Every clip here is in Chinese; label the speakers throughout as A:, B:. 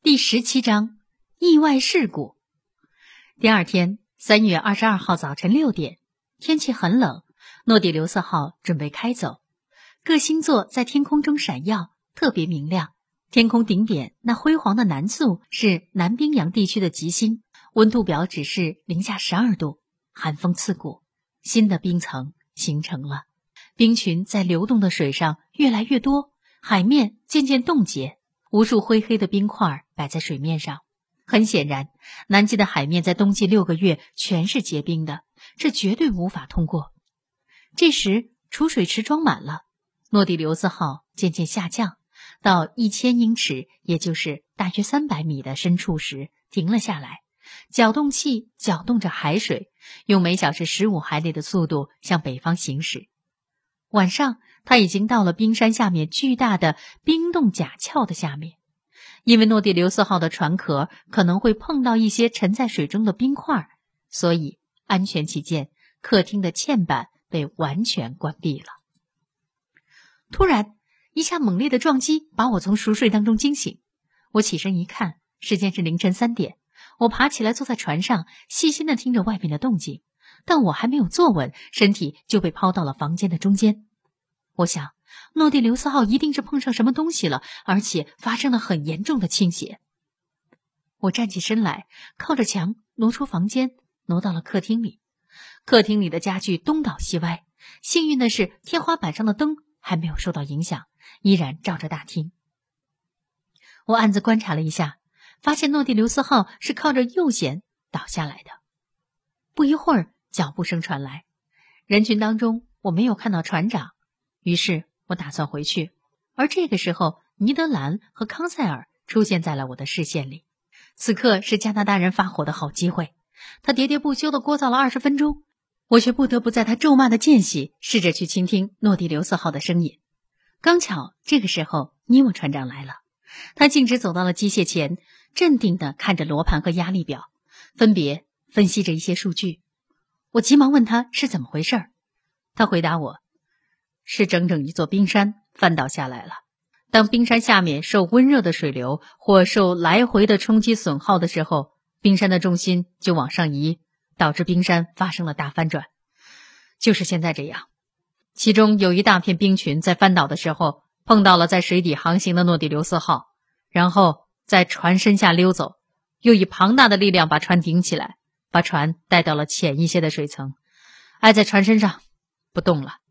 A: 第17章意外事故。第二天3月22号早晨6点，天气很冷，诺第留斯号准备开走。各星座在天空中闪耀，特别明亮。天空顶点那辉煌的南宿是南冰洋地区的极星，温度表指示-12度，寒风刺骨，新的冰层形成了。冰群在流动的水上越来越多，海面渐渐冻结，无数灰黑的冰块摆在水面上。很显然，南极的海面在冬季6个月全是结冰的，这绝对无法通过。这时储水池装满了，诺第留斯号渐渐下降到1000英尺，也就是大约300米的深处时停了下来。搅动器搅动着海水，用每小时15海里的速度向北方行驶。晚上它已经到了冰山下面巨大的冰冻甲壳的下面。因为诺第留斯号的船壳可能会碰到一些沉在水中的冰块，所以安全起见，客厅的嵌板被完全关闭了。突然一下猛烈的撞击把我从熟睡当中惊醒，我起身一看，时间是凌晨3点。我爬起来坐在船上，细心地听着外面的动静，但我还没有坐稳，身体就被抛到了房间的中间。我想诺第留斯号一定是碰上什么东西了，而且发生了很严重的倾斜。我站起身来，靠着墙挪出房间，挪到了客厅里。客厅里的家具东倒西歪，幸运的是天花板上的灯还没有受到影响，依然照着大厅。我暗自观察了一下，发现诺第留斯号是靠着右舷倒下来的。不一会儿，脚步声传来，人群当中我没有看到船长，于是我打算回去。而这个时候，尼德兰和康塞尔出现在了我的视线里。此刻是加拿大人发火的好机会，他喋喋不休地聒噪了20分钟，我却不得不在他咒骂的间隙试着去倾听诺第留斯号的声音。刚巧这个时候尼莫船长来了，他径直走到了机械前，镇定地看着罗盘和压力表，分别分析着一些数据。我急忙问他是怎么回事，他回答我，是整整一座冰山翻倒下来了。当冰山下面受温热的水流或受来回的冲击损耗的时候，冰山的重心就往上移，导致冰山发生了大翻转。就是现在这样，其中有一大片冰群在翻倒的时候碰到了在水底航行的诺第留斯号，然后在船身下溜走，又以庞大的力量把船顶起来，把船带到了浅一些的水层，挨在船身上不动了。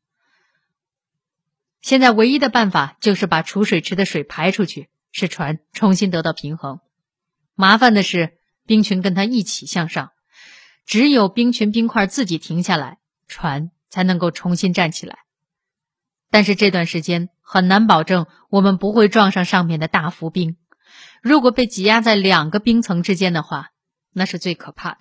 A: 现在唯一的办法就是把储水池的水排出去，使船重新得到平衡。麻烦的是冰群跟它一起向上，只有冰群冰块自己停下来，船才能够重新站起来。但是这段时间很难保证我们不会撞上上面的大浮冰，如果被挤压在2个冰层之间的话，那是最可怕的。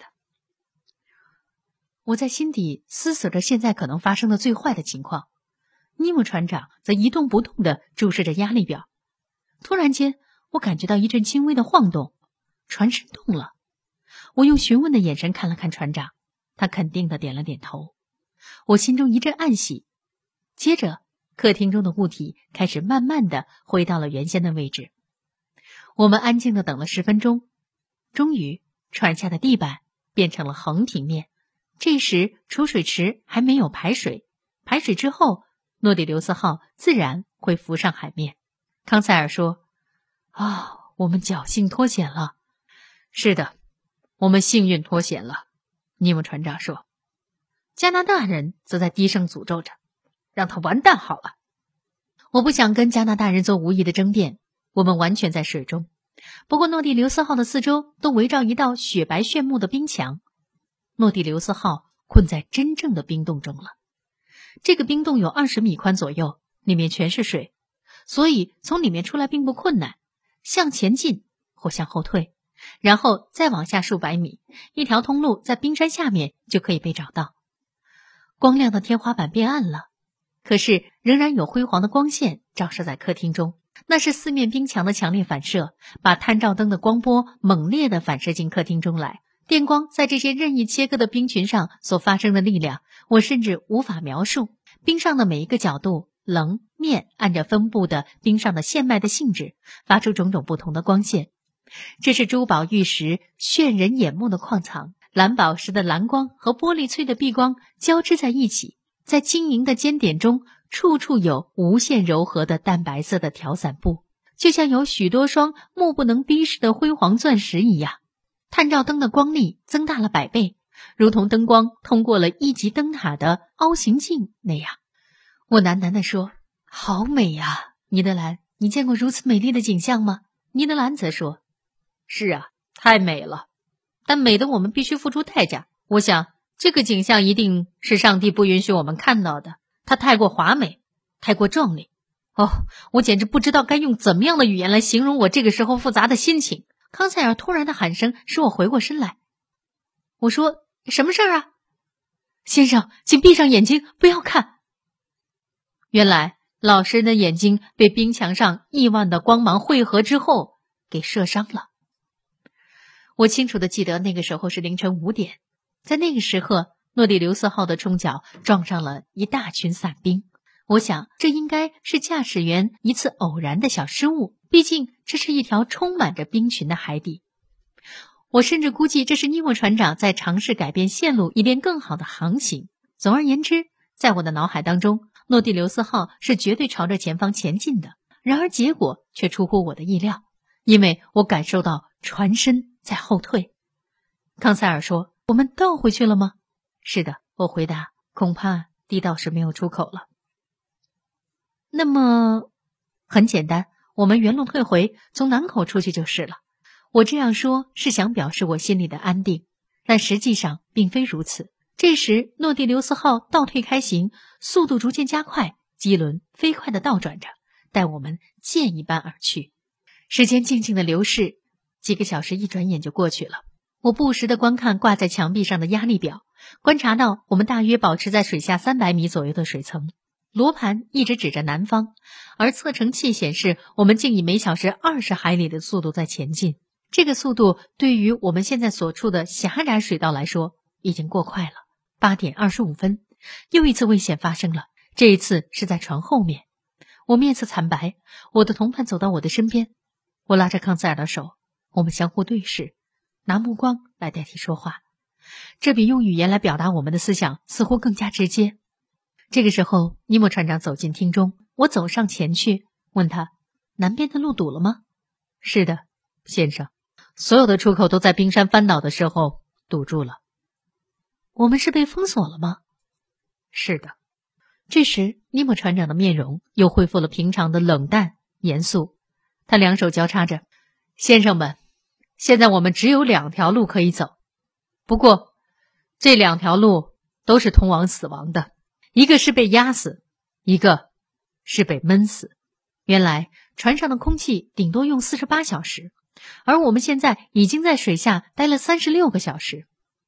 A: 我在心底思索着现在可能发生的最坏的情况。尼莫船长则一动不动地注视着压力表。突然间，我感觉到一阵轻微的晃动，船身动了。我用询问的眼神看了看船长，他肯定地点了点头。我心中一阵暗喜。接着，客厅中的物体开始慢慢地回到了原先的位置。我们安静地等了10分钟，终于船下的地板变成了横平面。这时储水池还没有排水，排水之后诺第留斯号自然会浮上海面。康塞尔说，我们侥幸脱险了。是的，我们幸运脱险了，尼莫船长说。加拿大人则在低声诅咒着，让他完蛋好了。我不想跟加拿大人做无意的争辩，我们完全在水中。不过诺第留斯号的四周都围绕一道雪白炫目的冰墙，诺第留斯号困在真正的冰洞中了。这个冰洞有20米宽左右，里面全是水，所以从里面出来并不困难，向前进或向后退，然后再往下数百米，一条通路在冰山下面就可以被找到。光亮的天花板变暗了，可是仍然有辉煌的光线照射在客厅中，那是四面冰墙的强烈反射，把探照灯的光波猛烈地反射进客厅中来。电光在这些任意切割的冰群上所发生的力量，我甚至无法描述。冰上的每一个角度、棱、面按着分布的冰上的线脉的性质，发出种种不同的光线， 这是珠宝玉石炫人眼目的矿藏，蓝宝石的蓝光和玻璃翠的碧光交织在一起，在晶莹的尖点中，处处有无限柔和的淡白色的条伞布，就像有许多双目不能逼视的辉煌钻石一样。探照灯的光力增大了100倍，如同灯光通过了1级灯塔的凹形镜那样。我喃喃地说：好美呀，尼德兰，你见过如此美丽的景象吗？尼德兰则说：是啊，太美了，但美的我们必须付出代价。我想这个景象一定是上帝不允许我们看到的，它太过华美，太过壮丽。哦，我简直不知道该用怎么样的语言来形容我这个时候复杂的心情。康塞尔突然的喊声使我回过身来。我说：什么事儿啊？先生，请闭上眼睛，不要看。原来老师的眼睛被冰墙上亿万的光芒汇合之后给射伤了。我清楚地记得那个时候是凌晨5点，在那个时刻，诺第留斯号的冲角撞上了一大群伞兵。我想这应该是驾驶员一次偶然的小失误，毕竟这是一条充满着冰群的海底。我甚至估计这是尼莫船长在尝试改变线路，以便更好的航行。总而言之，在我的脑海当中，诺第留斯号是绝对朝着前方前进的。然而结果却出乎我的意料，因为我感受到船身在后退。康塞尔说：我们倒回去了吗？是的，我回答，恐怕地道是没有出口了。那么很简单，我们原路退回，从南口出去就是了。我这样说是想表示我心里的安定，但实际上并非如此。这时诺第留斯号倒退开行，速度逐渐加快，机轮飞快地倒转着，带我们箭一般而去。时间静静地流逝，几个小时一转眼就过去了。我不时地观看挂在墙壁上的压力表，观察到我们大约保持在水下300米左右的水层。罗盘一直指着南方，而测程器显示我们竟以每小时20海里的速度在前进。这个速度对于我们现在所处的狭窄水道来说已经过快了。8点25分，又一次危险发生了，这一次是在船后面。我面色惨白，我的同伴走到我的身边，我拉着康塞尔的手，我们相互对视，拿目光来代替说话，这比用语言来表达我们的思想似乎更加直接。这个时候，尼莫船长走进厅中，我走上前去，问他：南边的路堵了吗？是的，先生，所有的出口都在冰山翻倒的时候堵住了。我们是被封锁了吗？是的。这时，尼莫船长的面容又恢复了平常的冷淡严肃，他两手交叉着：先生们，现在我们只有2条路可以走，不过这2条路都是通往死亡的，一个是被压死，一个是被闷死。原来船上的空气顶多用48小时，而我们现在已经在水下待了36个小时。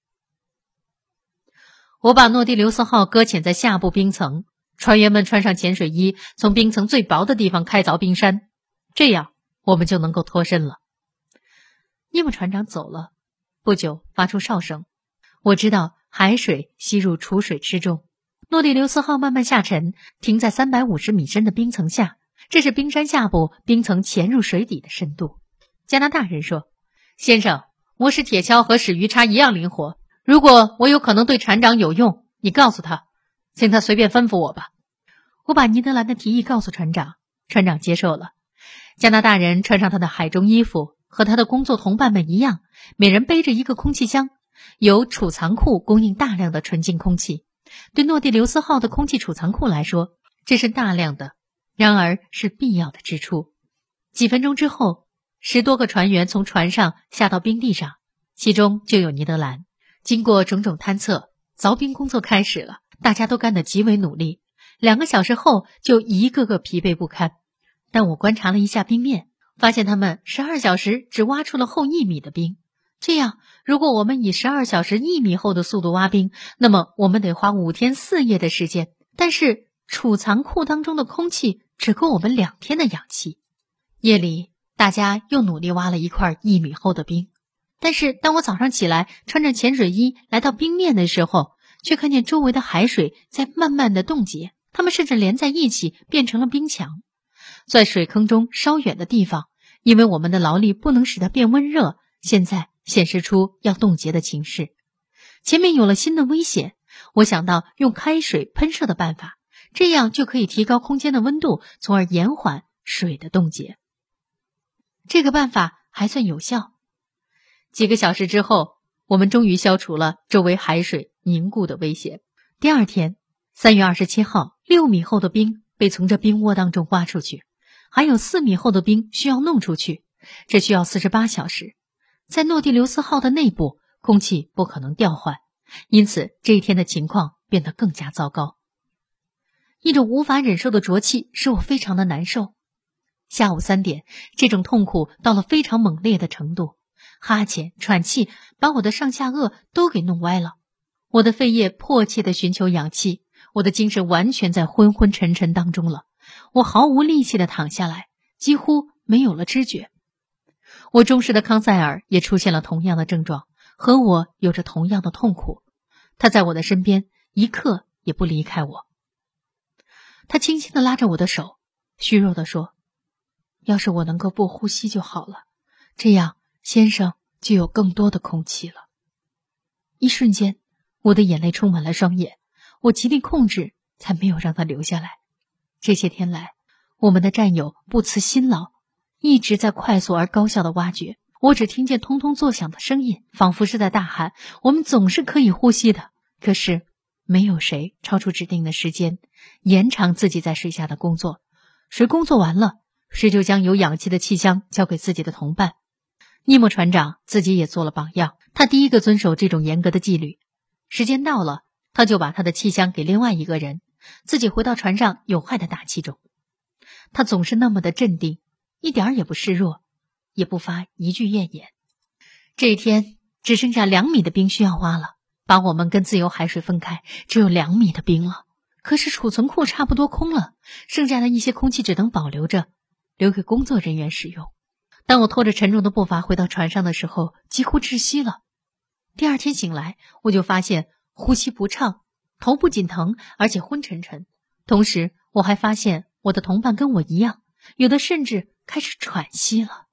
A: 我把诺第留斯号搁浅在下部冰层，船员们穿上潜水衣，从冰层最薄的地方开凿冰山，这样我们就能够脱身了。尼莫船长走了，不久发出哨声，我知道海水吸入储水池中。诺第留斯号慢慢下沉，停在350米深的冰层下，这是冰山下部冰层潜入水底的深度。加拿大人说：先生，我使铁锹和使鱼叉一样灵活，如果我有可能对船长有用，你告诉他，请他随便吩咐我吧。我把尼德兰的提议告诉船长，船长接受了。加拿大人穿上他的海中衣服，和他的工作同伴们一样，每人背着一个空气箱，由储藏库供应大量的纯净空气。对诺第留斯号的空气储藏库来说，这是大量的，然而是必要的支出。几分钟之后，10多个船员从船上下到冰地上，其中就有尼德兰。经过种种探测，凿冰工作开始了，大家都干得极为努力。2个小时后就一个个疲惫不堪，但我观察了一下冰面，发现他们12小时只挖出了厚1米的冰。这样，如果我们以12小时1米厚的速度挖冰，那么我们得花5天4夜的时间，但是储藏库当中的空气只够我们2天的氧气。夜里，大家又努力挖了一块1米厚的冰，但是当我早上起来穿着潜水衣来到冰面的时候，却看见周围的海水在慢慢的冻结，它们甚至连在一起变成了冰墙。在水坑中稍远的地方， 因为我们的劳力不能使它变温热，现在显示出要冻结的情势。前面有了新的危险，我想到用开水喷射的办法，这样就可以提高空间的温度，从而延缓水的冻结。这个办法还算有效。几个小时之后，我们终于消除了周围海水凝固的危险。第二天，3月27号，6米厚的冰被从这冰窝当中挖出去，还有4米厚的冰需要弄出去，这需要48小时。在诺第留斯号的内部，空气不可能调换，因此这一天的情况变得更加糟糕。一种无法忍受的浊气使我非常的难受。下午3点，这种痛苦到了非常猛烈的程度，哈欠、喘气把我的上下颚都给弄歪了。我的肺叶迫切地寻求氧气，我的精神完全在昏昏沉沉当中了。我毫无力气地躺下来，几乎没有了知觉。我忠实的康塞尔也出现了同样的症状，和我有着同样的痛苦。他在我的身边，一刻也不离开我。他轻轻地拉着我的手，虚弱地说：“要是我能够不呼吸就好了，这样先生就有更多的空气了。”一瞬间，我的眼泪充满了双眼，我极力控制，才没有让他流下来。这些天来，我们的战友不辞辛劳，一直在快速而高效的挖掘。我只听见通通作响的声音，仿佛是在大喊：“我们总是可以呼吸的。”可是，没有谁超出指定的时间，延长自己在水下的工作。谁工作完了，谁就将有氧气的气箱交给自己的同伴。尼莫船长自己也做了榜样，他第一个遵守这种严格的纪律。时间到了，他就把他的气箱给另外一个人，自己回到船上有害的大气中。他总是那么的镇定，一点儿也不示弱，也不发一句怨言。这一天只剩下2米的冰需要挖了，把我们跟自由海水分开，只有2米的冰了。可是储存库差不多空了，剩下的一些空气只能保留着，留给工作人员使用。当我拖着沉重的步伐回到船上的时候，几乎窒息了。第二天醒来，我就发现呼吸不畅，头不仅疼，而且昏沉沉。同时，我还发现我的同伴跟我一样，有的甚至开始喘息了。